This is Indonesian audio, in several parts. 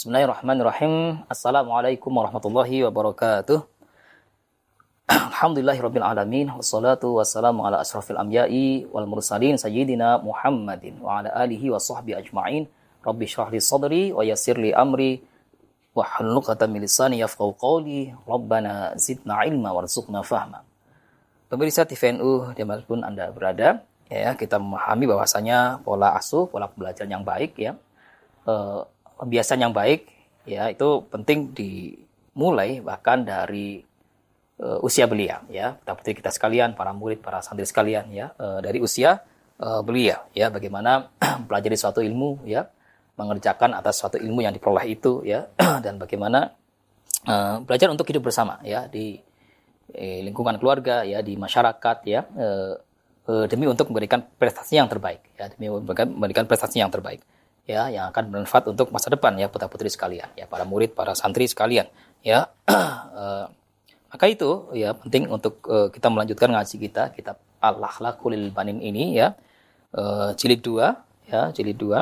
Bismillahirrahmanirrahim. Assalamualaikum warahmatullahi wabarakatuh. Alhamdulillahirabbil alamin wassalatu wassalamu ala asrofil anbiya'i wal mursalin sayyidina Muhammadin wa ala alihi wa sahbihi ajma'in. Rabbi shrah li sadri wa yassir li amri wa hlul 'uqdatam min lisani yafqahu qawli. Rabbana zidna ilma warzuqna fahma. Pemirsa TVNU dimanapun Anda berada, ya, kita memahami bahwasanya pola asuh, pola pembelajaran yang baik, ya, kebiasaan yang baik, ya, itu penting dimulai bahkan dari usia belia, ya, putri kita sekalian, para murid, para santri sekalian, ya, dari usia belia, ya, bagaimana pelajari suatu ilmu, ya, mengerjakan atas suatu ilmu yang diperoleh itu, ya, dan bagaimana belajar untuk hidup bersama, ya, di lingkungan keluarga, ya, di masyarakat, ya, demi untuk memberikan prestasi yang terbaik, ya, demi memberikan prestasi yang terbaik, ya, yang akan bermanfaat untuk masa depan, ya, putra-putri sekalian, ya, para murid, para santri sekalian, ya. Maka itu, ya, penting untuk kita melanjutkan ngaji kita, kitab Al-Akhlaqul Banin ini, ya, jilid 2, ya,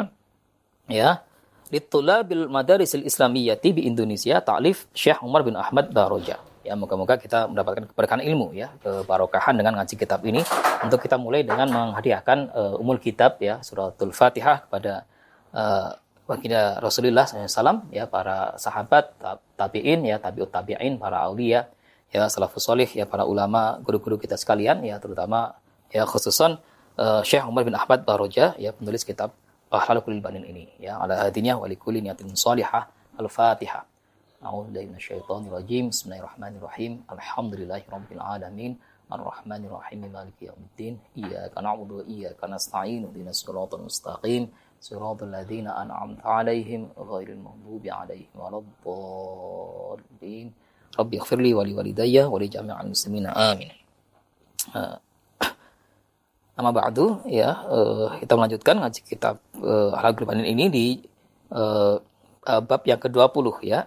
ya, Litulabil Madarisil Islamiyyati bi Indonesia, ta'lif Syekh Umar bin Ahmad Baroja. Ya, moga-moga kita mendapatkan keberkahan ilmu, ya, kebarokahan dengan ngaji kitab ini. Untuk kita mulai dengan menghadiahkan umul kitab, ya, suratul Fatihah kepada baginda Rasulullah SAW, ya, para sahabat, tabi'in, ya, tabi'ut tabi'in, para aulia, ya, salafus solih, ya, para ulama, guru-guru kita sekalian, ya, terutama, ya, khususon Syekh Umar bin Ahmad Baroja, ya, penulis kitab Akhlaqul Banin ini, ya, ala hadinya wa likulli niyatin shalihah. Al-Fatihah. A'udzubillahi minasyaitonir rajim. Bismillahirrahmanirrahim. Alhamdulillahirabbil alamin. Ar-Rahmanirrahim. Maliki yaumiddin. Iyyaka na'budu wa iyyaka nasta'in. Ihdinas siratal mustaqim. Siratal ladzina an'amta 'alaihim ghairil maghdubi 'alaihim waladdallin. Rabbi ighfirli wa liwalidayya wa li jami'il muslimina. Amin. Amma ba'du, ya, kita melanjutkan ngaji kitab Akhlaqul Banin ini di bab yang ke-20, ya.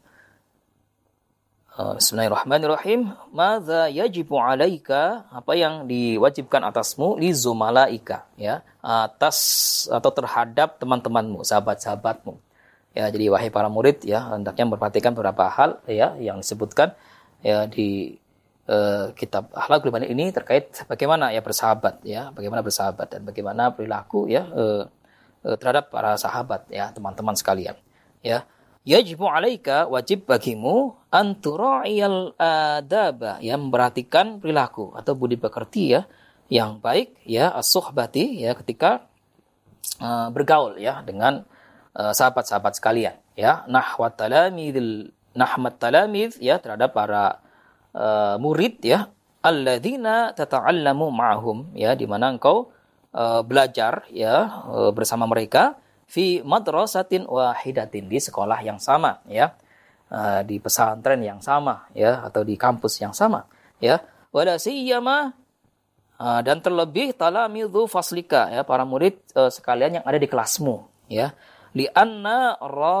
Bismillahirrahmanirrahim. Madza yajibu 'alaika, apa yang diwajibkan atasmu, li zumalaika, ya, atas atau terhadap teman-temanmu, sahabat-sahabatmu. Ya, jadi wahai para murid, ya, hendaknya memperhatikan beberapa hal, ya, yang disebutkan, ya, di kitab Akhlaqul Banin ini terkait bagaimana, ya, bersahabat, ya, bagaimana bersahabat dan bagaimana perilaku, ya, terhadap para sahabat, ya, teman-teman sekalian, ya. Yajibu 'alaika, wajib bagimu, antura'iyal adaba, ya, memperhatikan perilaku atau budi pekerti, ya, yang baik, ya, as-suhbati, ya, ketika bergaul, ya, dengan sahabat-sahabat sekalian, ya. Nahmat talamidh, ya, terhadap para murid, ya, alladzina tata'allamu ma'hum, ya, di mana engkau belajar, ya, bersama mereka, fi madrasatin wahidatin, di sekolah yang sama, ya, di pesantren yang sama, ya, atau di kampus yang sama, ya. Wala siyama, dan terlebih talamidhu faslika, ya, para murid sekalian yang ada di kelasmu, ya. Li'anna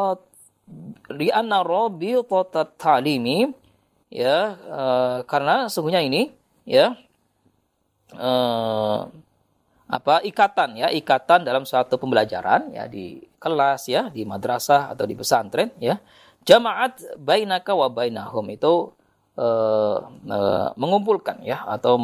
rabitatat ta'limi, ya, karena sungguhnya ini, ya, ikatan, ya, ikatan dalam suatu pembelajaran, ya, di kelas, ya, di madrasah atau di pesantren, ya, jama'at bainaka wa bainahum, itu mengumpulkan, ya, atau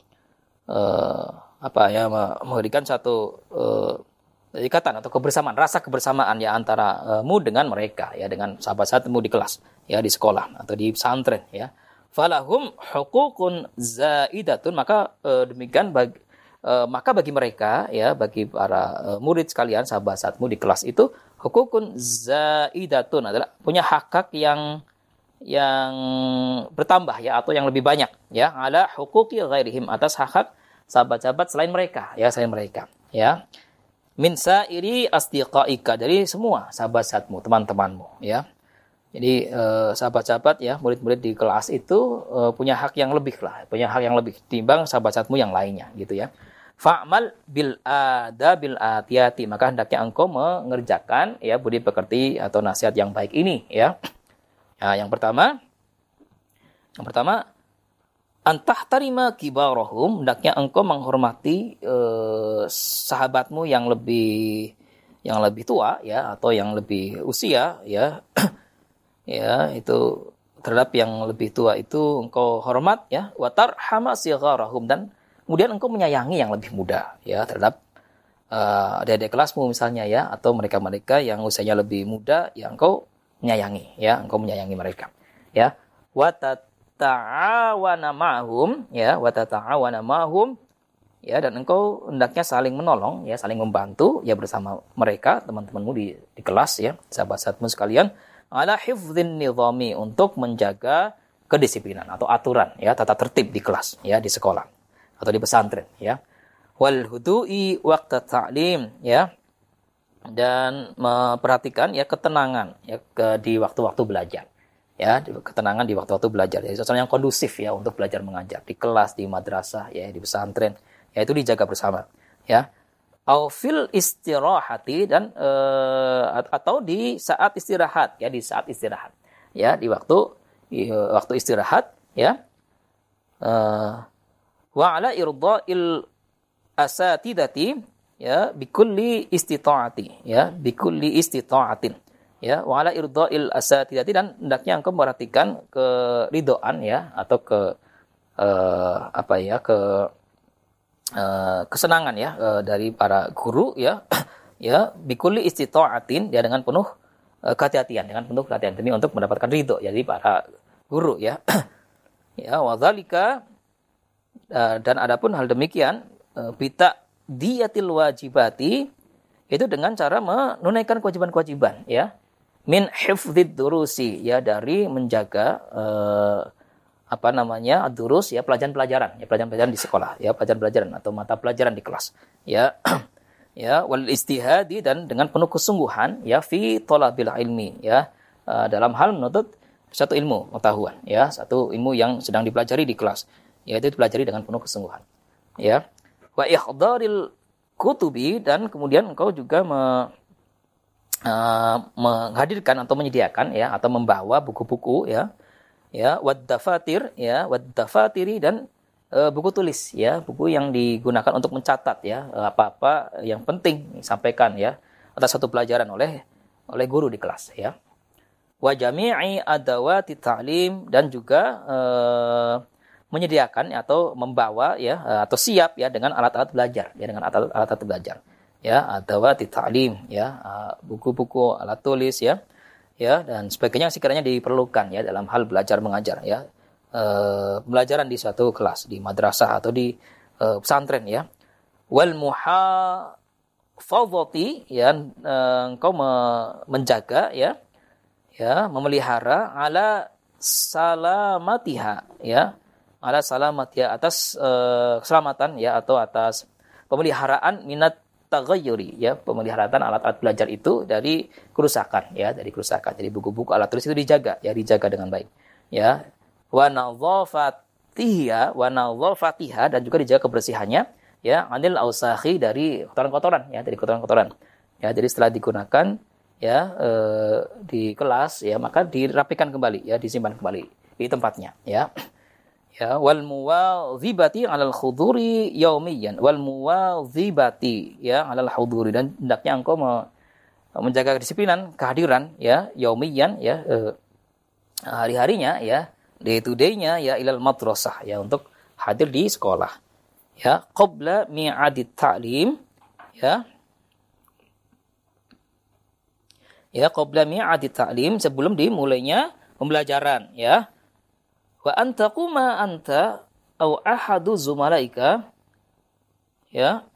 memberikan satu ikatan atau kebersamaan, rasa kebersamaan, ya, antara mu dengan mereka, ya, dengan sahabat-sahabatmu di kelas, ya, di sekolah atau di pesantren, ya. Falahum huququn zaidatun, maka demikian maka bagi mereka, ya, bagi para murid sekalian, sahabat-sahabatmu di kelas itu, hukukun zaidatun, adalah punya hak yang bertambah, ya, atau yang lebih banyak, ya, ala huquqi ghairihim, atas hak sahabat-sahabat selain mereka, ya, ya. Min sa'iri asdiqaika, dari semua sahabat-sahabatmu, teman-temanmu, ya. Jadi sahabat-sahabat, ya, murid-murid di kelas itu punya hak yang lebih lah, punya hak yang lebih timbang sahabat-sahabatmu yang lainnya, gitu, ya. Fa'mal bil adabil atiyati, maka hendaknya engkau mengerjakan, ya, budi pekerti atau nasihat yang baik ini, ya. Ya, yang pertama antah tarima kibarahum, hendaknya engkau menghormati sahabatmu yang lebih yang lebih tua ya atau yang lebih usia ya ya itu terhadap yang lebih tua itu engkau hormat ya wa tarhama sigharahum, dan kemudian engkau menyayangi yang lebih muda ya terhadap adik-adik kelasmu misalnya ya, atau mereka-mereka yang usianya lebih muda ya engkau menyayangi mereka ya. Wa tata'awana ma'hum ya, wa tata'awana ma'hum ya, dan engkau hendaknya saling menolong ya, saling membantu ya bersama mereka, teman-temanmu di kelas ya, sahabat-sahabatmu sekalian, ala hifdzin nizami, untuk menjaga kedisiplinan atau aturan ya, tata tertib di kelas ya, di sekolah atau di pesantren ya. Wal hudu'i waqta ta'lim ya, dan memperhatikan ya ketenangan ya di waktu-waktu belajar ya, ketenangan di waktu-waktu belajar ya, suasana yang kondusif ya untuk belajar mengajar di kelas, di madrasah ya, di pesantren ya, itu dijaga bersama ya. Au fil istirahati, dan atau di saat istirahat ya, di saat istirahat ya, di waktu istirahat ya. Wa ala irda'il asatidati ya bikulli istita'ati ya, bikulli istita'atin ya, wa ala irda'il asatidati, dan hendaknya engkau memperhatikan keridoan ya, atau kesenangan ya dari para guru ya ya, bikulli istita'atin ya, dengan penuh kehati-hatian, demi untuk mendapatkan ridho ya dari para guru ya. Ya wa dzalika, dan adapun hal demikian bita diyatil wajibati, itu dengan cara menunaikan kewajiban-kewajiban ya, min hifdzid durusi ya, dari menjaga ad-durus ya, pelajaran-pelajaran di sekolah ya, pelajaran-pelajaran atau mata pelajaran di kelas ya. Ya wal istihadi, dan dengan penuh kesungguhan ya, fi thalabil ilmi ya, dalam hal menuntut satu ilmu pengetahuan ya, satu ilmu yang sedang dipelajari di kelas, yaitu dipelajari dengan penuh kesungguhan ya. Wa ihdharil kutubi, dan kemudian engkau juga menghadirkan atau menyediakan ya, atau membawa buku-buku ya, wad dafatiri, dan buku tulis ya, buku yang digunakan untuk mencatat ya, apa-apa yang penting disampaikan ya atas satu pelajaran oleh guru di kelas ya. Wa jami'i adawati ta'lim, dan juga menyediakan atau membawa ya, atau siap ya dengan alat-alat belajar ya, dengan alat-alat belajar ya, adawati ta'lim ya, buku-buku, alat tulis ya, dan sebagainya sekiranya diperlukan ya dalam hal belajar mengajar ya, pembelajaran di suatu kelas, di madrasah atau di pesantren ya. Wal muhafadzati ya, engkau menjaga ya, memelihara ala salamatiha ya, ala salamatiha, atas keselamatan ya, atau atas pemeliharaan minat taghayyuri ya, pemeliharaan alat-alat belajar itu dari kerusakan ya, Jadi buku-buku, alat tulis itu dijaga dengan baik ya. Wa nadhafatiha, dan juga dijaga kebersihannya ya, anil ausakhi, dari kotoran-kotoran ya, jadi setelah digunakan ya di kelas ya, maka dirapikan kembali ya, disimpan kembali di tempatnya ya. Ya wal muwadzibati 'alal huduri yaumiyan, wal muwadzibati ya 'alal huduri, dan hendaknya engkau menjaga kedisiplinan kehadiran ya, yaumiyan ya, hari-harinya ya, day to day-nya ya, ilal madrasah ya, untuk hadir di sekolah ya, qabla mi'adit ta'lim ya, qabla mi'adit ta'lim, sebelum dimulainya pembelajaran ya. Wa antaquma anta aw ahadu zumalaika ya,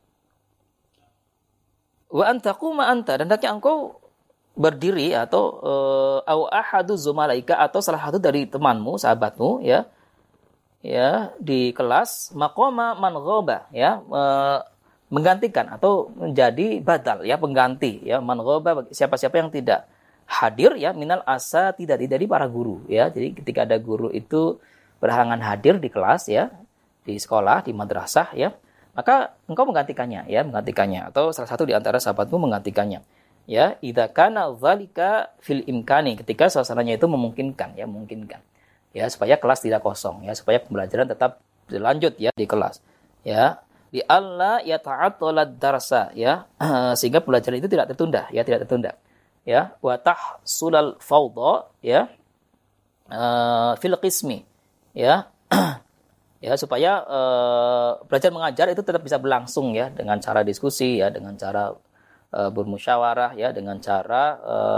wa antaquma anta, dan hendaknya engkau berdiri, atau aw ahadu zumalaika, atau salah satu dari temanmu, sahabatmu ya, di kelas, maqama man ghaba ya, menggantikan atau menjadi badal ya, pengganti ya, man ghaba, siapa-siapa yang tidak hadir ya, minal asa, tidak dari para guru ya. Jadi ketika ada guru itu berhalangan hadir di kelas ya, di sekolah, di madrasah ya, maka engkau menggantikannya, atau salah satu di antara sahabatmu menggantikannya ya. Idza kana dzalika fil imkani, ketika suasananya itu memungkinkan ya, supaya kelas tidak kosong ya, supaya pembelajaran tetap berlanjut ya di kelas ya. Di alla yata'attalad darsa, ya, sehingga pelajaran itu tidak tertunda, ya, tidak tertunda. Ya, wa tahsulal fawdha, ya, fil qismi, ya. Ya, supaya belajar mengajar itu tetap bisa berlangsung, ya, dengan cara diskusi, ya, dengan cara bermusyawarah, ya, dengan cara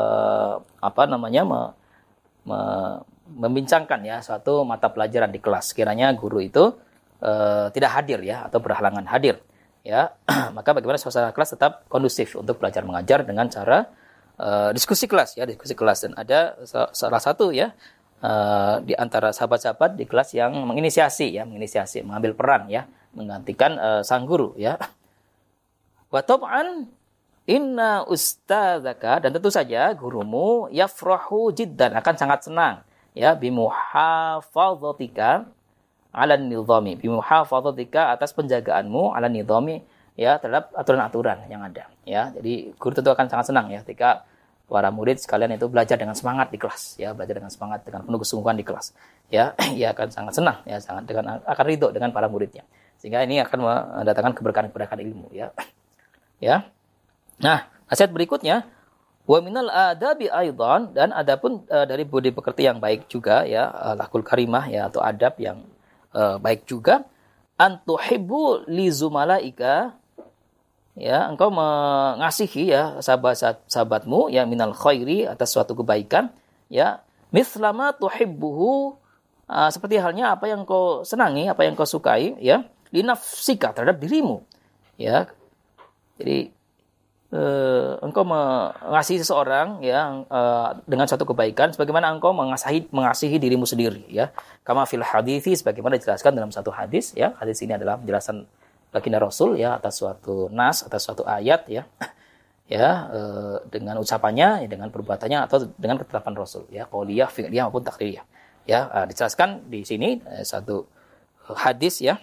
membincangkan, ya, suatu mata pelajaran di kelas. Sekiranya guru itu tidak hadir, ya, atau berhalangan hadir, ya. Maka bagaimana suasana kelas tetap kondusif untuk belajar mengajar dengan cara diskusi kelas, ya, diskusi kelas. Dan ada salah satu, ya, di antara sahabat-sahabat di kelas yang menginisiasi, mengambil peran, ya, menggantikan sang guru, ya. Wa tab'an inna ustadzaka, dan tentu saja gurumu yafrahu jiddan, akan sangat senang, ya, bimuhafadhatika ala nizami, bimuhafadhatika, atas penjagaanmu ala nizami, ya, terhadap aturan-aturan yang ada, ya. Jadi guru tentu akan sangat senang, ya, ketika para murid sekalian itu belajar dengan semangat di kelas, ya, belajar dengan semangat, dengan penuh kesungguhan di kelas, ya. Ia akan sangat senang, ya, sangat akan ridho dengan para muridnya, sehingga ini akan mendatangkan keberkahan ilmu, ya. Ya. Nah, nasihat berikutnya, wa minal adabi aidan, dan adapun dari budi pekerti yang baik juga, ya, lakul karimah, ya, atau adab yang baik juga, antuhibbu li zumalaika, ya, engkau mengasihi, ya, sahabatmu, ya, minal khairi, atas suatu kebaikan, ya, mithlama tuhibbuhu, seperti halnya apa yang kau senangi, apa yang kau sukai, ya, li nafsika, terhadap dirimu, ya. Jadi engkau mengasihi seseorang, ya, dengan suatu kebaikan sebagaimana engkau mengasihi dirimu sendiri, ya. Kama fil hadithi, sebagaimana dijelaskan dalam satu hadis, ya. Hadis ini adalah penjelasan baginda Rasul, ya, atas suatu nas, atas suatu ayat, ya. Ya, dengan ucapannya, ya, dengan perbuatannya, atau dengan ketetapan Rasul, ya, qauliyah, fi'liyah maupun takriyah. Ya, dijelaskan di sini satu hadis, ya.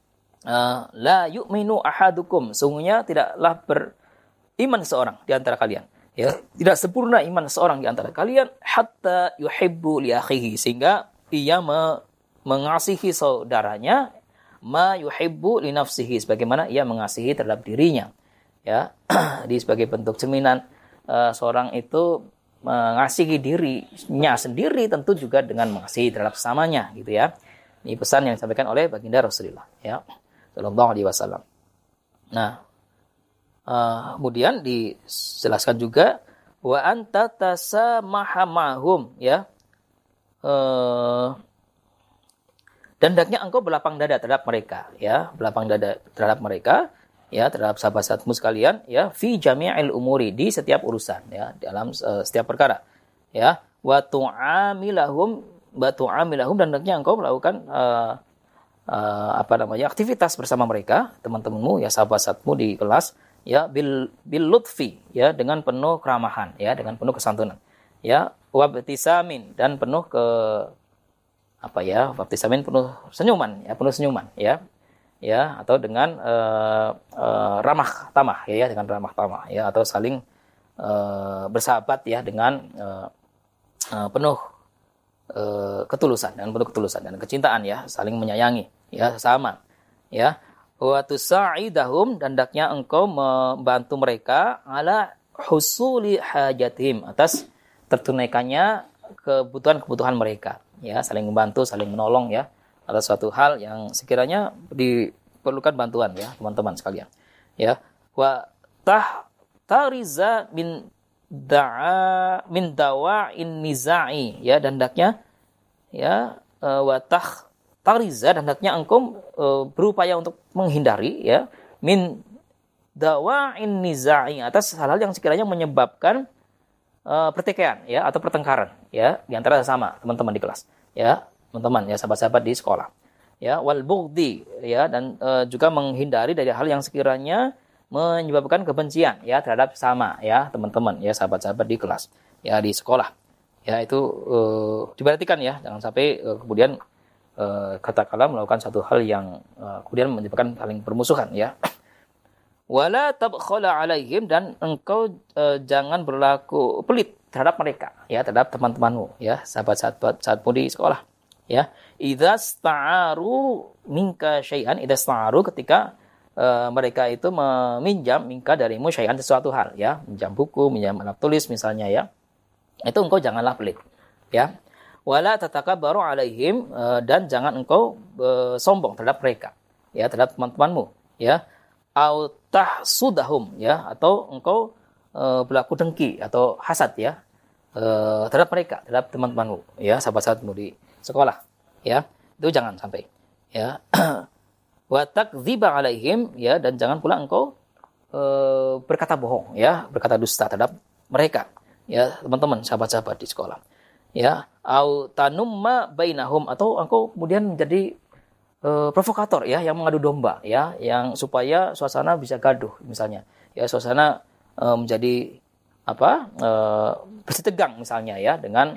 La yu'minu ahadukum, sungguhnya tidaklah beriman seorang di antara kalian, ya, tidak sempurna iman seorang di antara kalian, hatta yuhibbu li akhihi, sehingga ia mengasihi saudaranya, ma yuhibbu li nafsihi, sebagaimana ia mengasihi terhadap dirinya, ya. Di sebagai bentuk cerminan seorang itu mengasihi dirinya sendiri, tentu juga dengan mengasihi terhadap sesamanya, gitu, ya. Ini pesan yang disampaikan oleh baginda Rasulullah, ya, sallallahu alaihi wasallam. Nah, kemudian dijelaskan juga wa anta tasamaha mahum, ya, dan hendaknya engkau berlapang dada terhadap mereka, ya, berlapang dada terhadap mereka, ya, terhadap sahabat-sahabatmu sekalian, ya, fi jami'il umuri, di setiap urusan, ya, dalam setiap perkara, ya, wa tu'amilahum, dan hendaknya engkau melakukan aktivitas bersama mereka, teman-temanmu, ya, sahabat-sahabatmu di kelas, ya, bil lutfi, ya, dengan penuh keramahan, ya, dengan penuh kesantunan, ya, wabtisamin, dan penuh wabtisamin, penuh senyuman, ya, penuh senyuman, ya, ya, atau dengan ramah tamah, ya, dengan ramah tamah, ya, atau saling bersahabat, ya, dengan penuh ketulusan, dan penuh ketulusan dan kecintaan, ya, saling menyayangi, ya, sesama, ya. Wa tusa'idahum, dan hendaknya engkau membantu mereka ala husuli hajatihim, atas tertunaikannya kebutuhan-kebutuhan mereka, ya, saling membantu, saling menolong, ya, atas suatu hal yang sekiranya diperlukan bantuan, ya, teman-teman sekalian, ya. Wa tariza min dawa'in nizai, ya, dan hendaknya, ya, wa tariza, dan hendaknya engkau berupaya untuk menghindari, ya, min dawa'in nizai, atas hal-hal yang sekiranya menyebabkan pertikaian, ya, atau pertengkaran, ya, di antara sesama teman-teman di kelas, ya, teman-teman, ya, sahabat-sahabat di sekolah, ya, wal bughdi, ya, dan juga menghindari dari hal yang sekiranya menyebabkan kebencian, ya, terhadap sesama, ya, teman-teman, ya, sahabat-sahabat di kelas, ya, di sekolah, ya, itu diperhatikan, ya, jangan sampai kemudian katakanlah melakukan satu hal yang kemudian menyebabkan saling permusuhan, ya. Wala tabkhala alaihim, dan engkau jangan berlaku pelit terhadap mereka, ya, terhadap teman-temanmu, ya, sahabat-sahabatmu di sekolah, ya. Idza sta'aru minka syai'an, ketika mereka itu meminjam minka darimu syai'an sesuatu hal, ya, minjam buku, minjam alat tulis misalnya, ya, itu engkau janganlah pelit, ya. Wala tatakabbaru alaihim, dan jangan engkau sombong terhadap mereka, ya, terhadap teman-temanmu, ya. Au tahsudahum, ya, atau engkau berlaku dengki atau hasad, ya, terhadap mereka, terhadap teman-temanmu, ya, sahabat-sahabatmu di sekolah, ya, itu jangan sampai, ya. Wa takdziba alaihim, ya, dan jangan pula engkau berkata bohong, ya, berkata dusta terhadap mereka, ya, teman-teman, sahabat-sahabat di sekolah, ya. Au tanumma bainahum, atau engkau kemudian menjadi provokator, ya, yang mengadu domba, ya, yang supaya suasana bisa gaduh misalnya, ya, suasana menjadi bersih tegang misalnya, ya, dengan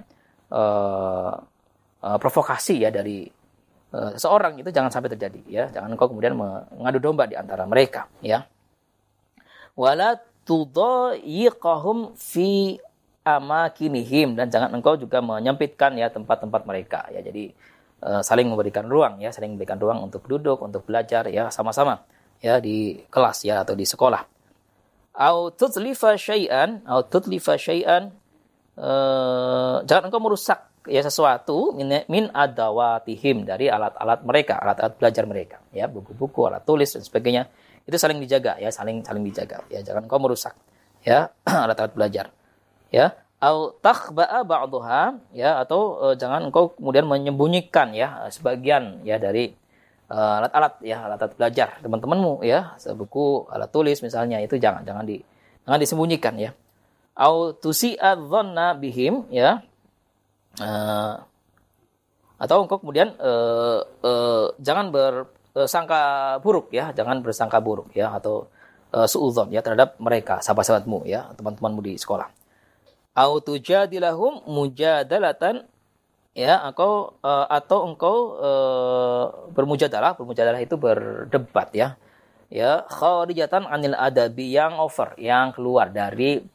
provokasi, ya, dari seorang, itu jangan sampai terjadi, ya. Jangan engkau kemudian mengadu domba di antara mereka, ya. Wala tudayyiqahum fi amakinihim, dan jangan engkau juga menyempitkan, ya, tempat-tempat mereka, ya. Jadi saling memberikan ruang, ya, saling memberikan ruang untuk duduk, untuk belajar, ya, sama-sama, ya, di kelas, ya, atau di sekolah. Au tutlifa syai'an, jangan engkau merusak, ya, sesuatu min adawatihim, dari alat-alat mereka, alat-alat belajar mereka, ya, buku-buku, alat tulis dan sebagainya, itu saling dijaga, ya, saling dijaga, ya, jangan engkau merusak, ya, alat-alat belajar, ya. Au takhba'a ba'daha, ya, atau jangan engkau kemudian menyembunyikan, ya, sebagian, ya, dari alat-alat, ya, alat-alat belajar teman-temanmu, ya, buku, alat tulis misalnya, itu jangan disembunyikan, ya. Au tusi'a dhanna bihim, ya. Atau engkau kemudian jangan bersangka buruk, ya, atau suudzon, ya, terhadap mereka, sahabat-sahabatmu, ya, teman-temanmu di sekolah. Au tujadilahum mujadalatan, ya, atau engkau bermujadalah itu berdebat, ya, kharijatan anil adabi, yang over, yang keluar dari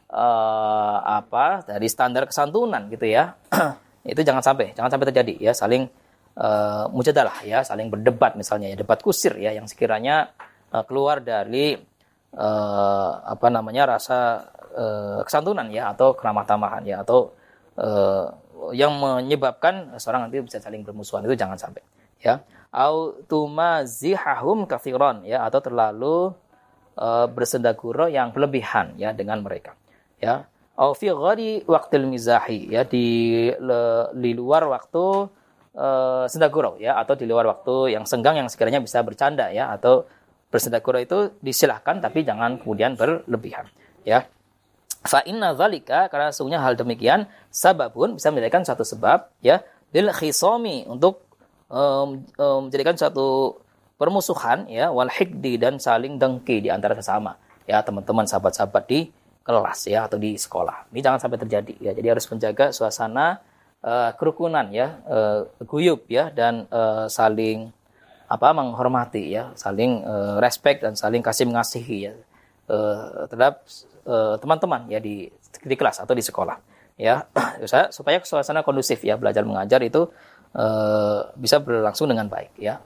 dari standar kesantunan, gitu, ya. Itu jangan sampai terjadi, ya, saling mujadalah, ya, saling berdebat misalnya, ya, debat kusir, ya, yang sekiranya keluar dari rasa kesantunan, ya, atau keramah tamahan, ya, atau yang menyebabkan seorang nanti bisa saling bermusuhan, itu jangan sampai, ya. Au tumazihahum katsiran, ya, atau terlalu bersendaguro yang berlebihan, ya, dengan mereka, ya. Au fi ghari waqtil mizahi, ya, di luar waktu sendaguro, ya, atau di luar waktu yang senggang, yang sekiranya bisa bercanda, ya, atau bersendaguro itu disilahkan, tapi jangan kemudian berlebihan, ya. Fa inna dzalika, karena sesungguhnya hal demikian sababun, bisa menjadikan satu sebab, ya, lil khisami, untuk menjadikan suatu permusuhan, ya, wal hikdi, dan saling dengki di antara sesama, ya, teman-teman, sahabat-sahabat di kelas, ya, atau di sekolah. Ini jangan sampai terjadi, ya. Jadi harus menjaga suasana kerukunan, ya, guyub, ya, dan saling menghormati, ya, saling respect dan saling kasih mengasihi, ya, terhadap teman-teman, ya, di kelas atau di sekolah, ya, supaya suasana kondusif, ya, belajar mengajar itu bisa berlangsung dengan baik, ya.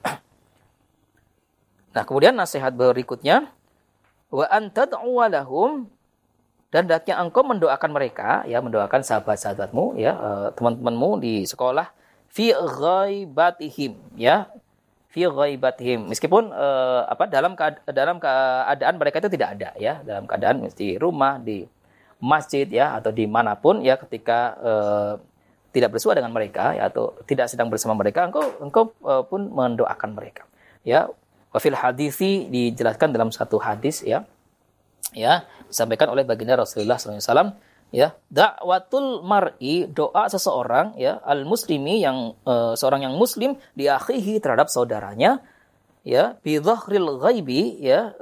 Nah, kemudian nasihat berikutnya, wa antad'u lahum, dan hendaknya engkau mendoakan mereka, ya, mendoakan sahabat-sahabatmu, ya, teman-temanmu di sekolah, fi ghaibatihim, ya, fi ghaibatihim, meskipun dalam keadaan mereka itu tidak ada, ya, dalam keadaan di rumah, di masjid, ya, atau dimanapun, ya, ketika tidak bersua dengan mereka, ya, atau tidak sedang bersama mereka, engkau pun mendoakan mereka, ya. Wa fil hadisi, dijelaskan dalam satu hadis, ya, disampaikan oleh baginda Rasulullah SAW, ya, da'watul mar'i, doa seseorang, ya, al muslimi, yang seorang yang muslim, di akhihi, terhadap saudaranya, ya, bi dhahril ghaibi, ya,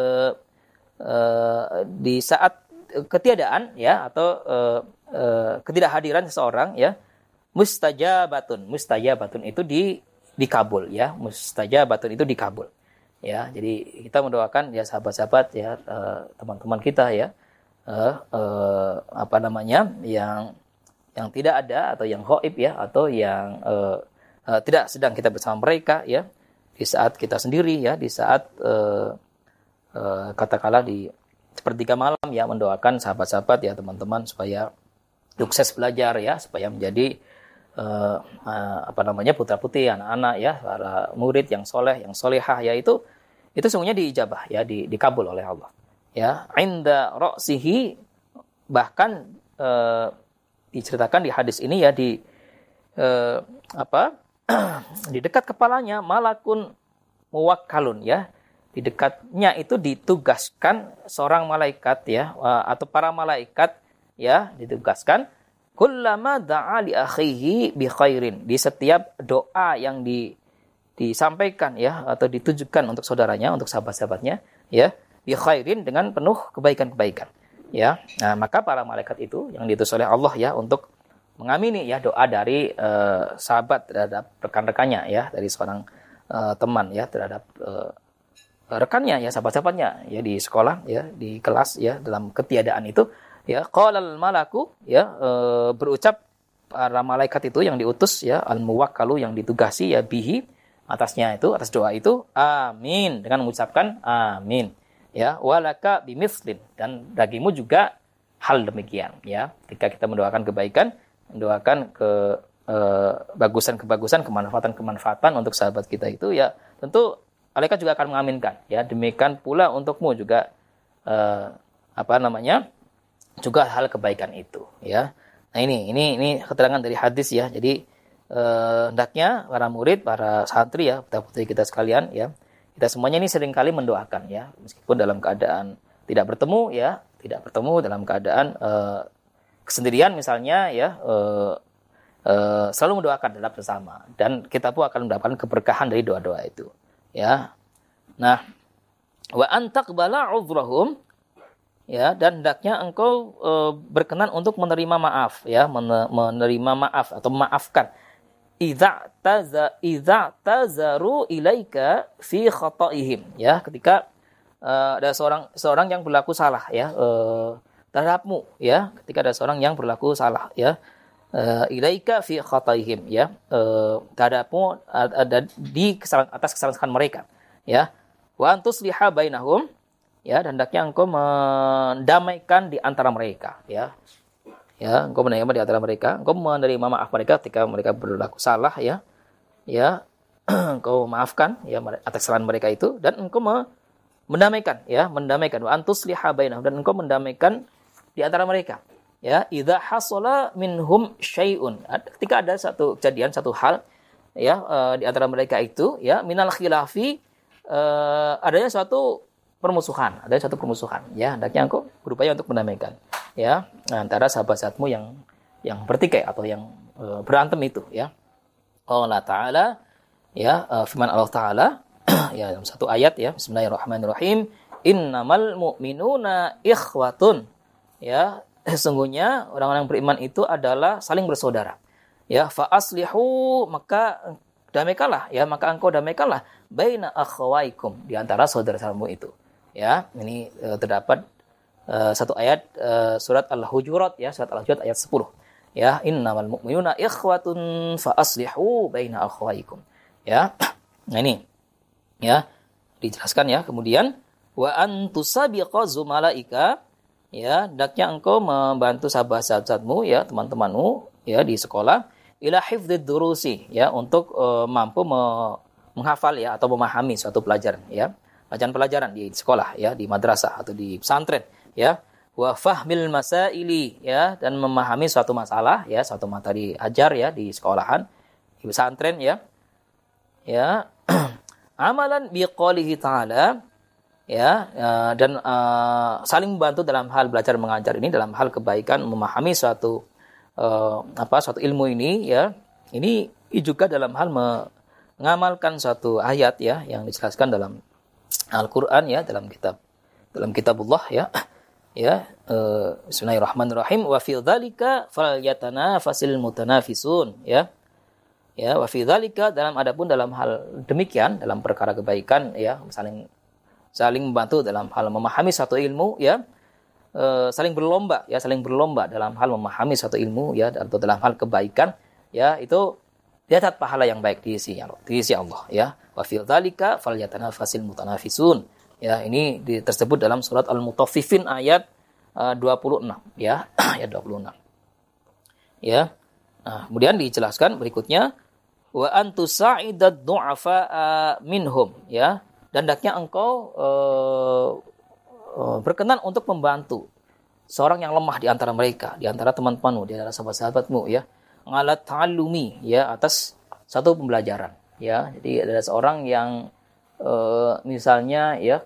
di saat ketiadaan, ya, atau ketidakhadiran seseorang, ya, mustajabatun itu dikabul, ya, mustajabatun itu dikabul, ya. Jadi kita mendoakan, ya, sahabat-sahabat, ya, teman-teman kita, ya, yang tidak ada, atau yang ghaib, ya, atau yang tidak sedang kita bersama mereka, ya, di saat kita sendiri ya, di saat katakanlah di sepertiga malam ya, mendoakan sahabat-sahabat ya, teman-teman, supaya sukses belajar ya, supaya menjadi putra-putri, anak-anak ya, para murid yang soleh, yang solehah ya, itu sungguhnya diijabah ya, dikabul oleh Allah ya. Inda ra'sihi, bahkan diceritakan di hadis ini ya, di di dekat kepalanya malakun muwakkalun ya, di dekatnya itu ditugaskan seorang malaikat ya, atau para malaikat ya, ditugaskan kullama da'a li akhihi bi khairin, di setiap doa yang disampaikan ya, atau ditujukan untuk saudaranya, untuk sahabat-sahabatnya ya, bi khairin, dengan penuh kebaikan-kebaikan ya. Nah, maka para malaikat itu yang diutus oleh Allah ya, untuk mengamini ya doa dari sahabat terhadap rekan-rekannya ya, dari seorang teman ya, terhadap rekannya ya, sahabat-sahabatnya ya, di sekolah ya, di kelas ya, dalam ketiadaan itu ya, qalal malaku ya, berucap para malaikat itu yang diutus ya, al muwakkalu, yang ditugasi ya, bihi, atasnya itu, atas doa itu, amin, dengan mengucapkan amin ya, walaka bimislin, dan bagimu juga hal demikian ya. Ketika kita mendoakan kebaikan, mendoakan kebagusan, kemanfaatan untuk sahabat kita itu ya, tentu malaikat juga akan mengaminkan ya. Demikian pula untukmu juga juga hal kebaikan itu ya. Nah, ini keterangan dari hadis ya. Jadi hendaknya para murid, para santri ya, putra-putri kita sekalian ya, kita semuanya ini seringkali mendoakan ya, meskipun dalam keadaan tidak bertemu ya, dalam keadaan kesendirian misalnya ya, selalu mendoakan dalam bersama, dan kita pun akan mendapatkan keberkahan dari doa-doa itu ya. Nah, wa antaqbala uzrahum ya, dan hendaknya engkau berkenan untuk menerima maaf ya, menerima maaf atau memaafkan, idza tazaru ilaika fi khata'ihim ya, ketika ada seorang yang berlaku salah ya, terhadapmu ya, ketika ada seorang yang berlaku salah ya, ilaika fi khata'ihim ya, terhadapmu ada di atas kesalahan mereka ya, wa antusliha bainahum ya, dan hendaknya engkau mendamaikan di antara mereka ya. Ya, engkau menerima di antara mereka, engkau menerima maaf mereka ketika mereka berlaku salah ya. Ya, engkau maafkan ya atas kesalahan mereka itu, dan engkau mendamaikan wa antusliha bainahum, dan engkau mendamaikan di antara mereka. Ya, idza hasala minhum syai'un, ketika ada satu kejadian, satu hal ya, di antara mereka itu ya, minal khilafi, adanya suatu permusuhan ya, hendaknya engkau berupaya untuk mendamaikan ya antara sahabat-sahabatmu yang bertikai atau yang berantem itu ya. Allah Ta'ala ya, firman Allah Ta'ala ya dalam satu ayat ya, bismillahirrahmanirrahim, innamal mu'minuna ikhwatun ya, sesungguhnya orang-orang beriman itu adalah saling bersaudara ya, fa aslihu, maka damaikanlah ya, maka engkau damaikanlah baina akhawaikum, di antara saudara-saudaramu itu ya. Ini terdapat satu ayat surat Al-Hujurat ya, surat Al-Hujurat ayat 10 ya, innamal mu'minuna ikhwatun fa aslihu baina akhawaikum ya. Nah, ini ya dijelaskan ya. Kemudian wa antusabiqa zumalaika ya, hendaknya engkau membantu sahabat-sahabatmu ya, teman-temanmu ya di sekolah, ila hifdzid durusi ya, untuk mampu menghafal ya, atau memahami suatu pelajaran ya, pelajaran di sekolah ya, di madrasah atau di pesantren ya, wa fahmil masaili ya, dan memahami suatu masalah ya, suatu materi ajar ya, di sekolahan, di pesantren ya. Ya, amalan biqaulihi ta'ala ya, dan saling membantu dalam hal belajar mengajar ini, dalam hal kebaikan memahami suatu ilmu ini ya. Ini juga dalam hal mengamalkan suatu ayat ya, yang dijelaskan dalam Al-Qur'an ya, dalam kitabullah ya. Ya, bismillahirrahmanirrahim, wa fi dzalika falyatanafasil mutanafisun ya. Ya, wa fi dzalika, dalam hal demikian, dalam perkara kebaikan ya, saling membantu dalam hal memahami satu ilmu ya, saling berlomba dalam hal memahami satu ilmu ya, atau dalam hal kebaikan ya, itu Lihat pahala yang baik di sisi Allah ya. Wa fil dzalika falyatanafasil mutanafisun. Ya, ini tersebut dalam surat Al-Mutaffifin ayat 26 ya, ayat 26. Ya. Nah, kemudian dijelaskan berikutnya wa antusa'idad du'afa minhum ya. Dan hendaknya engkau berkenan untuk membantu seorang yang lemah di antara mereka, di antara teman-temanmu, di antara sahabat-sahabatmu ya. Ngalat ta'allumi ya, atas satu pembelajaran ya. Jadi ada seorang yang misalnya ya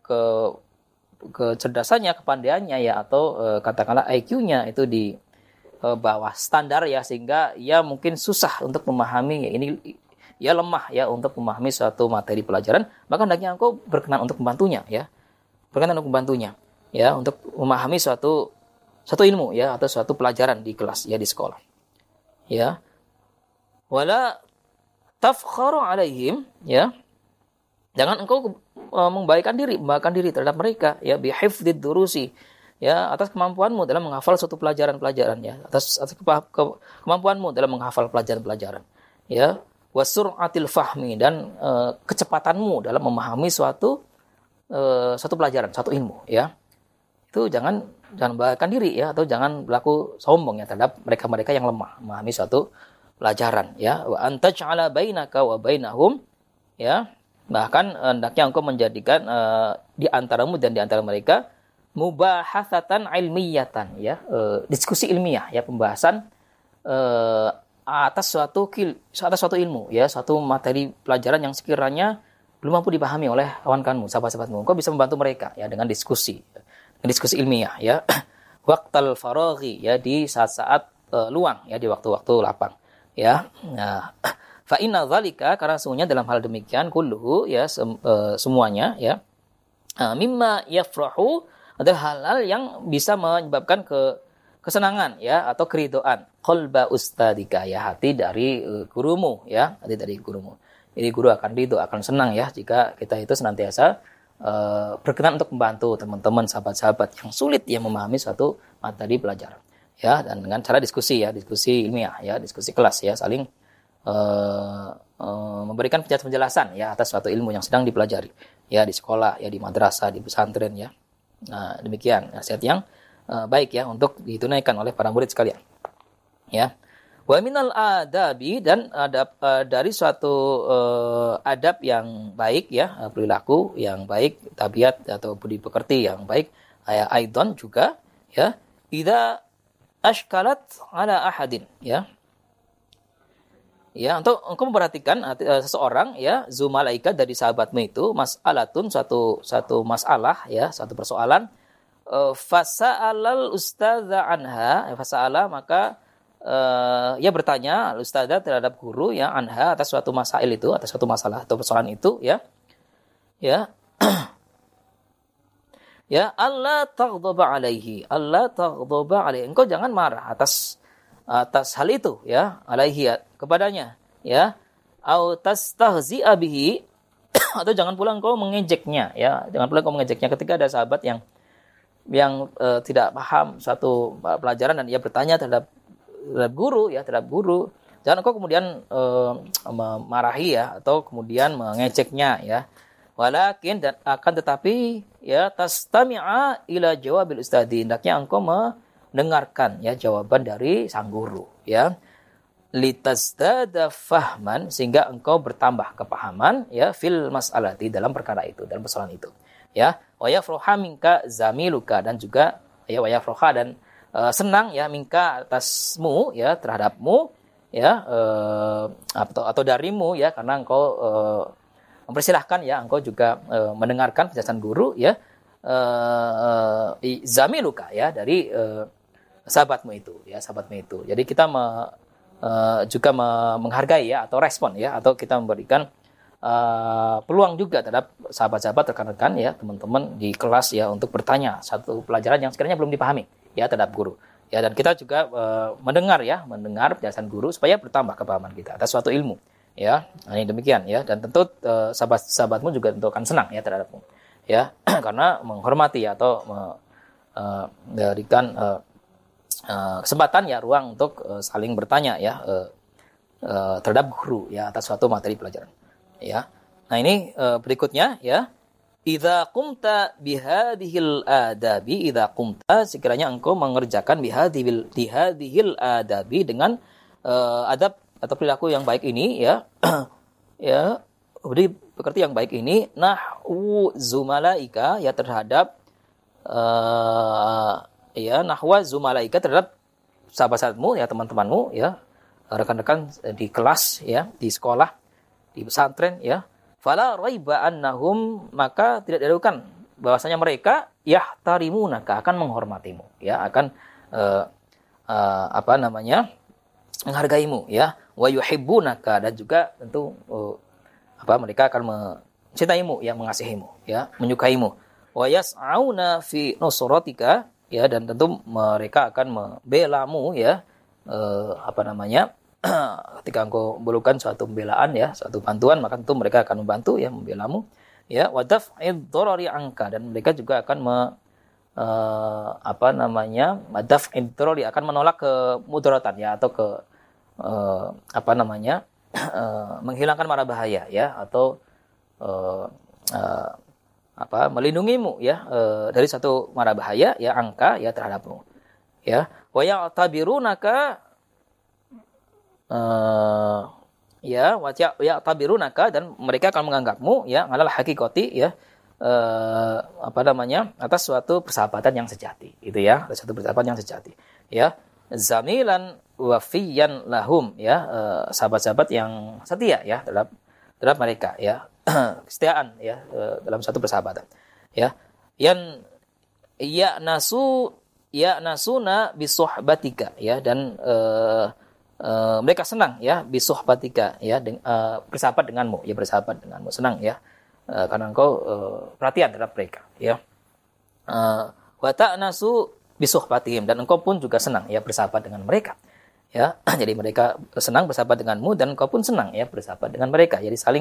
kecerdasannya, kepandaiannya ya, atau katakanlah IQ-nya itu di bawah standar ya, sehingga ia mungkin susah untuk memahami ya, ini ia lemah ya untuk memahami suatu materi pelajaran, maka hendaknya engkau berkenan untuk membantunya ya. Berkenan untuk membantunya ya, untuk memahami suatu ilmu ya, atau suatu pelajaran di kelas ya, di sekolah. Ya, wala tafkharu alaihim ya, jangan engkau membanggakan diri terhadap mereka ya, bihifdzid durusi ya, atas kemampuanmu dalam menghafal suatu pelajaran ya, atas kemampuanmu dalam menghafal pelajaran ya, wasur'atil fahmi, dan kecepatanmu dalam memahami suatu pelajaran, satu ilmu ya. Itu jangan membanggakan diri ya, atau jangan berlaku sombong ya terhadap mereka yang lemah memahami suatu pelajaran ya. Wa antaj'ala bainaka wa bainahum ya, bahkan hendaknya engkau menjadikan di antaramu dan di antara mereka mubahatsatan ilmiyatan ya, diskusi ilmiah ya, pembahasan atas suatu ilmu ya, suatu materi pelajaran yang sekiranya belum mampu dipahami oleh kawan-kawanmu, sahabat-sahabatmu. Engkau bisa membantu mereka ya dengan diskusi ilmiah ya. Waqtal faraghi ya, di saat-saat luang ya, di waktu-waktu lapang ya. Nah, fa inna dzalika, karena sesungguhnya dalam hal demikian kulluhu ya, semuanya ya, mimma yafrahu, ada hal-hal yang bisa menyebabkan kesenangan ya, atau keridhaan qalba ustadika ya, hati dari gurumu ya, hati dari gurumu. Jadi guru akan ridho, akan senang ya jika kita itu senantiasa berkenan untuk membantu teman-teman, sahabat-sahabat yang sulit yang memahami suatu materi pelajaran ya, dan dengan cara diskusi ilmiah ya, diskusi kelas ya, saling memberikan penjelasan ya atas suatu ilmu yang sedang dipelajari ya, di sekolah ya, di madrasah, di pesantren ya. Nah, demikian nasihat yang baik ya, untuk ditunaikan oleh para murid sekalian ya. Wa minal adabi, dan adab dari suatu adab yang baik ya, perilaku yang baik, tabiat atau budi pekerti yang baik ya, aidon juga ya, idza ashkalat ala ahadin ya. Ya, untuk engkau memperhatikan seseorang ya, zumalaika, dari sahabatmu itu, mas'alatun, satu masalah ya, satu persoalan, fasa'alal ustadza anha, fasa'ala, maka ia bertanya ustadzah terhadap guru ya, anha, atas suatu masail itu, atas suatu masalah atau persoalan itu ya. Ya. Ya, Allah taghdaba alaihi. Engkau jangan marah atas hal itu ya, alaihi, kepadanya ya. Au tastahzi'a bihi, atau jangan pula engkau mengejeknya ya. Jangan pula engkau mengejeknya ketika ada sahabat yang tidak paham suatu pelajaran dan ia bertanya terhadap guru. Jangan engkau kemudian memarahi ya, atau kemudian mengeceknya ya. Walakin, dan akan tetapi ya, tastami'a ila jawabil ustadi, hendaknya engkau mendengarkan ya jawaban dari sang guru ya. Litasdada fahman, sehingga engkau bertambah kepahaman ya, fil mas'alati, dalam perkara itu, dalam persoalan itu ya. Wa yafraha minka zamiluka, dan juga ya, wa yafraha, dan senang ya, minka, atasmu ya, terhadapmu ya, atau darimu ya, karena engkau mempersilahkan ya, engkau juga mendengarkan penjelasan guru ya, zamiluka ya, dari sahabatmu itu. Jadi kita juga menghargai ya, atau respon ya, atau kita memberikan peluang juga terhadap sahabat-sahabat, rekan-rekan ya, teman-teman di kelas ya, untuk bertanya satu pelajaran yang sekiranya belum dipahami ya terhadap guru ya, dan kita juga mendengar penjelasan guru supaya bertambah kepahaman kita atas suatu ilmu ya. Nah, ini demikian ya, dan tentu sahabat-sahabatmu juga tentu akan senang ya terhadapmu ya, karena menghormati ya, atau memberikan kesempatan ya, ruang untuk saling bertanya ya, terhadap guru ya atas suatu materi pelajaran. Ya. Nah, ini berikutnya ya. Idza qumta bihadhil adabi, idza qumta sekiranya engkau mengerjakan bihadhil adabi dengan adab atau perilaku yang baik ini ya. Ya, beri pekerti yang baik ini nahwu zumalaika ya terhadap ya nahwa zumalaika terhadap sahabat-sahabatmu ya teman-temanmu ya rekan-rekan di kelas ya di sekolah di pesantren ya fala raiba annahum maka tidak diragukan bahwasanya mereka yahtarimunaka akan menghormatimu ya akan menghargaimu ya wa yuhibbunaka dan juga tentu mereka akan mencintaimu ya mengasihimu ya menyukaimu wa yas'auna fi nusratika ya dan tentu mereka akan membelamu ya ketika engkau memerlukan suatu pembelaan ya, suatu bantuan maka tentu mereka akan membantu ya membelamu ya wa daf'id dharari anka dan mereka juga akan daf'id dharari akan menolak kemudaratan ya atau menghilangkan mara bahaya ya atau melindungimu ya dari satu mara bahaya ya angka ya terhadapmu ya wa ya'tabirunaka tabirunaka dan mereka akan menganggapmu ya alal hakikati ya atas suatu persahabatan yang sejati gitu ya atas suatu persahabatan yang sejati ya zamilan wafiyan lahum ya sahabat-sahabat yang setia ya terhadap mereka ya kesetiaan ya dalam satu persahabatan ya yang nasuna bisuhbatika ya dan mereka senang ya bisuhbatika ya bersahabat denganmu senang ya karena engkau perhatian terhadap mereka ya wa ta'nasu bisuhbatihim dan engkau pun juga senang ya bersahabat dengan mereka ya jadi mereka senang bersahabat denganmu dan engkau pun senang ya bersahabat dengan mereka jadi saling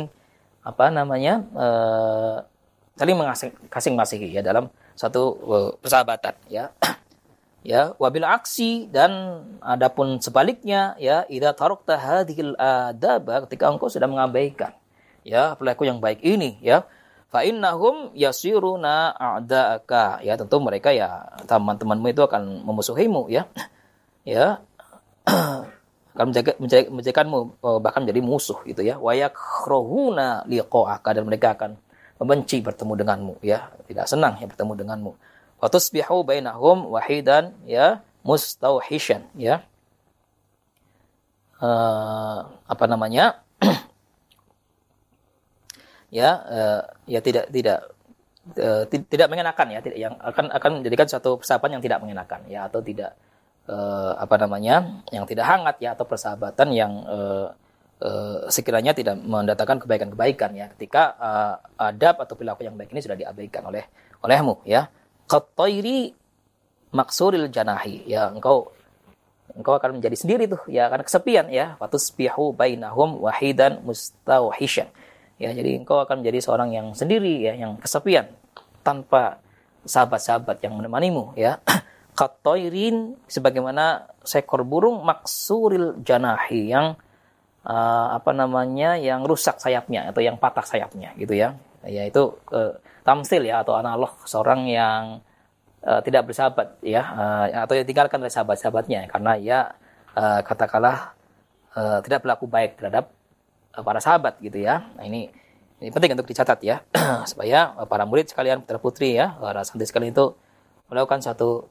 saling mengasihi ya dalam satu persahabatan ya ya wabil aksi dan adapun sebaliknya ya idza tarakta hadhil adaba ketika engkau sudah mengabaikan ya perilaku yang baik ini ya fa innahum yasiruna a'daaka ya tentu mereka ya teman-temanmu itu akan memusuhimu ya ya akan menjadikanmu bahkan menjadi musuh gitu ya wa yakrahuna liqa'aka dan mereka akan membenci bertemu denganmu ya tidak senang ya bertemu denganmu wa tusbihu bainahum wahidan ya mustauhishan ya tidak mengenakan ya yang akan menjadikan suatu persahabatan yang tidak mengenakan ya atau tidak yang tidak hangat ya atau persahabatan yang sekiranya tidak mendatangkan kebaikan-kebaikan ya ketika adab atau perilaku yang baik ini sudah diabaikan olehmu ya qatairi maksuril janahi ya engkau akan menjadi sendiri tuh ya akan kesepian ya fatusbihu bainahum wahidan mustauhishan ya jadi engkau akan menjadi seorang yang sendiri ya yang kesepian tanpa sahabat-sahabat yang menemanimu ya qatairin sebagaimana seekor burung maksuril janahi yang yang rusak sayapnya atau yang patah sayapnya gitu ya yaitu tamsil ya atau analog seorang yang tidak bersahabat ya atau yang tinggalkan oleh sahabat-sahabatnya karena ia katakanlah tidak berlaku baik terhadap para sahabat gitu ya. Nah ini penting untuk dicatat ya supaya para murid sekalian putra putri ya para santri sekalian itu melakukan suatu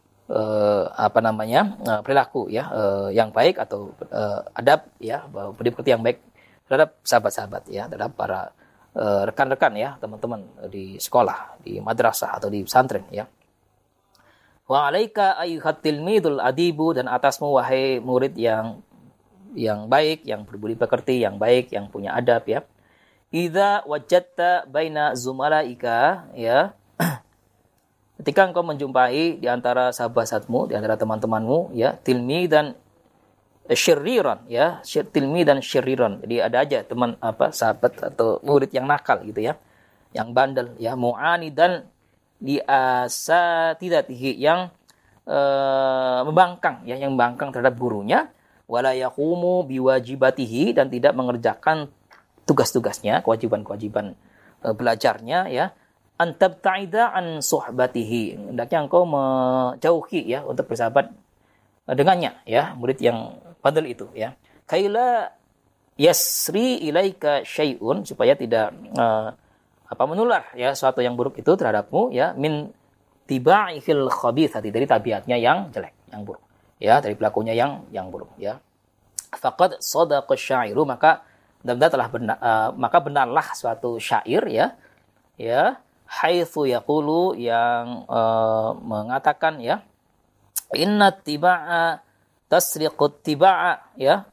perilaku ya yang baik atau adab ya budi pekerti yang baik terhadap sahabat-sahabat ya terhadap para rekan-rekan ya teman-teman di sekolah di madrasah atau di pesantren ya wa alaika ayyuhat tilmidul adibu dan atasmu wahai murid yang baik yang berbudi pekerti yang baik yang punya adab ya idza wajadta baina zumalaika ya ketika engkau menjumpai di antara sahabat-sahabatmu di antara teman-temanmu ya tilmi dan syirriran ya tilmi dan syirriran jadi ada aja teman sahabat atau murid yang nakal gitu ya yang bandel ya mu'anidan di asatidatihi yang membangkang ya yang membangkang terhadap gurunya wala yaqumu biwajibatihi, dan tidak mengerjakan tugas-tugasnya, kewajiban-kewajiban belajarnya, ya, antabta'ida an suhbatihi, hendaknya engkau menjauhi, ya, untuk bersahabat dengannya, ya, murid yang fadil itu, ya, kaila yasri ilaika syai'un, supaya tidak menular, ya, suatu yang buruk itu terhadapmu, ya, min tiba'ihil khabithati, dari tabiatnya yang jelek, yang buruk, ya, dari pelakunya yang buruk, ya. Faqad shadaqa syairu, maka benar-benar telah maka benarlah suatu syair, ya, haitsu yaqulu, yang mengatakan, ya, inna tiba'a tasriqut tiba'a, ya.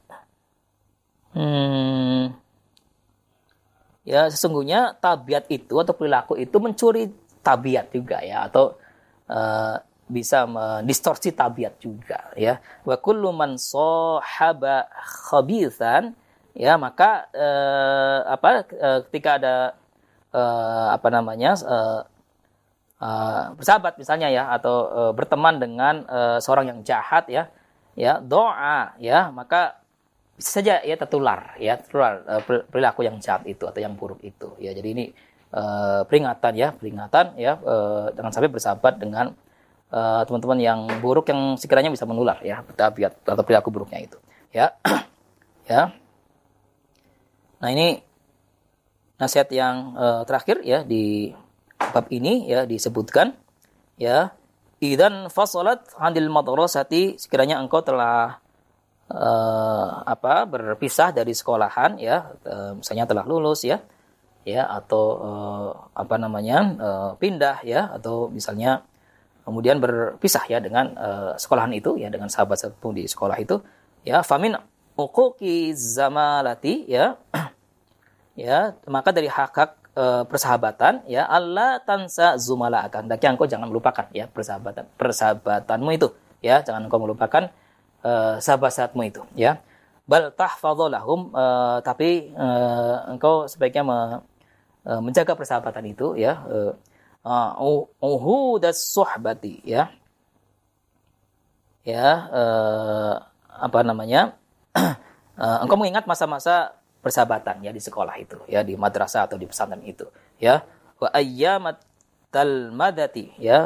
Ya, sesungguhnya tabiat itu atau perilaku itu mencuri tabiat juga, ya, atau bisa mendistorsi tabiat juga, ya. Wa kullu man sahaba khabithan, ya, maka ketika ada bersahabat misalnya, ya, atau berteman dengan seorang yang jahat, ya, doa, ya, maka bisa saja, ya, tertular perilaku yang jahat itu atau yang buruk itu, ya. Jadi ini peringatan, ya, jangan sampai bersahabat dengan teman-teman yang buruk yang sekiranya bisa menular, ya, tabiat atau perilaku buruknya itu, ya. Ya. Nah, ini nasihat yang terakhir, ya, di bab ini, ya, disebutkan, ya, idzan fasalat 'anil madrasati, sekiranya engkau telah berpisah dari sekolahan, ya, misalnya telah lulus, ya, atau pindah, ya, atau misalnya kemudian berpisah, ya, dengan sekolahan itu, ya, dengan sahabat-sahabatmu di sekolah itu, ya, famin uquqi zamalati, ya, ya, maka dari hak-hak persahabatan, ya, alla tansa zumala'aka, hendaknya engkau jangan melupakan, ya, persahabatanmu itu, ya, jangan engkau melupakan sahabat-sahabatmu itu, ya. Bal tahfadhu lahum, tapi engkau sebaiknya menjaga persahabatan itu, ya, uhudas suhbati, ya, engkau mengingat masa-masa persahabatan, ya, di sekolah itu, ya, di madrasah atau di pesantren itu, ya. Wa ayyamatal madati, ya,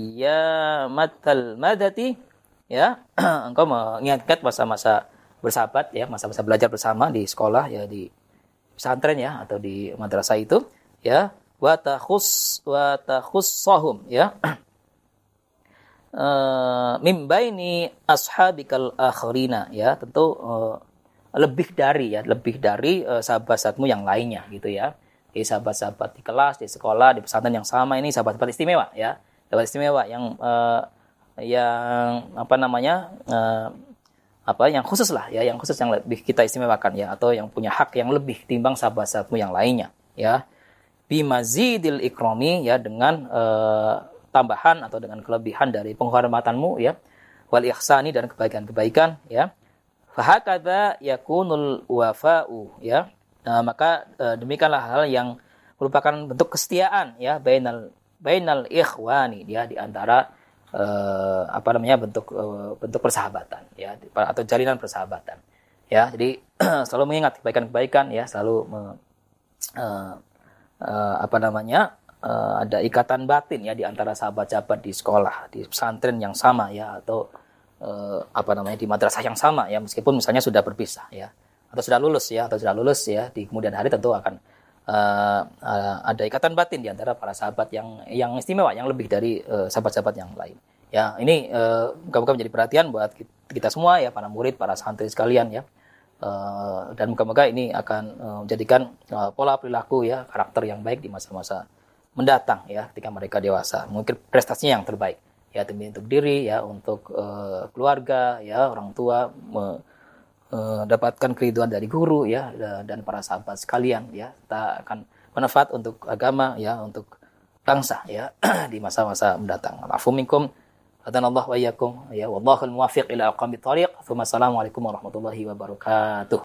ya, engkau mengingat masa-masa bersahabat, ya, masa-masa belajar bersama di sekolah, ya, di pesantren, ya, atau di madrasah itu, ya, wa takhussahum, ya, mim baini ashabikal akharina, ya, tentu lebih dari sahabat-sahabatmu yang lainnya, gitu, ya. Jadi sahabat-sahabat di kelas, di sekolah, di pesantren yang sama, ini sahabat-sahabat istimewa, ya, sahabat istimewa yang yang khusus lah, ya, yang khusus, yang lebih kita istimewakan, ya, atau yang punya hak yang lebih timbang sahabat-sahabatmu yang lainnya, ya. Bimazidil ikrami, ya, dengan tambahan atau dengan kelebihan dari penghormatanmu, ya, wal ihsani, dan kebaikan-kebaikan, ya. Fahakadza yakunul wafa'u, ya. Maka demikianlah hal yang merupakan bentuk kesetiaan, ya, bainal ikhwani, ya, di antara bentuk persahabatan, ya, atau jalinan persahabatan, ya. Jadi selalu mengingat kebaikan-kebaikan, ya, selalu ada ikatan batin, ya, di antara sahabat-sahabat di sekolah, di pesantren yang sama, ya, atau di madrasah yang sama, ya, meskipun misalnya sudah berpisah, ya, atau sudah lulus, ya, di kemudian hari tentu akan ada ikatan batin di antara para sahabat yang istimewa, yang lebih dari sahabat-sahabat yang lain. Ya, ini moga-moga menjadi perhatian buat kita semua, ya, para murid, para santri sekalian, ya. Dan moga-moga ini akan menjadikan pola perilaku, ya, karakter yang baik di masa-masa mendatang, ya, ketika mereka dewasa. Mungkin prestasinya yang terbaik, ya, demi untuk diri, ya, untuk keluarga, ya, orang tua, dapatkan keriduan dari guru, ya, dan para sahabat sekalian, ya. Kita akan manfaat untuk agama, ya, untuk bangsa, ya, di masa-masa mendatang. Afu minkum, hadanallahu wa iyyakum, ya, wallahul muwaffiq ila aqwamit thariq. Assalamualaikum warahmatullahi wabarakatuh.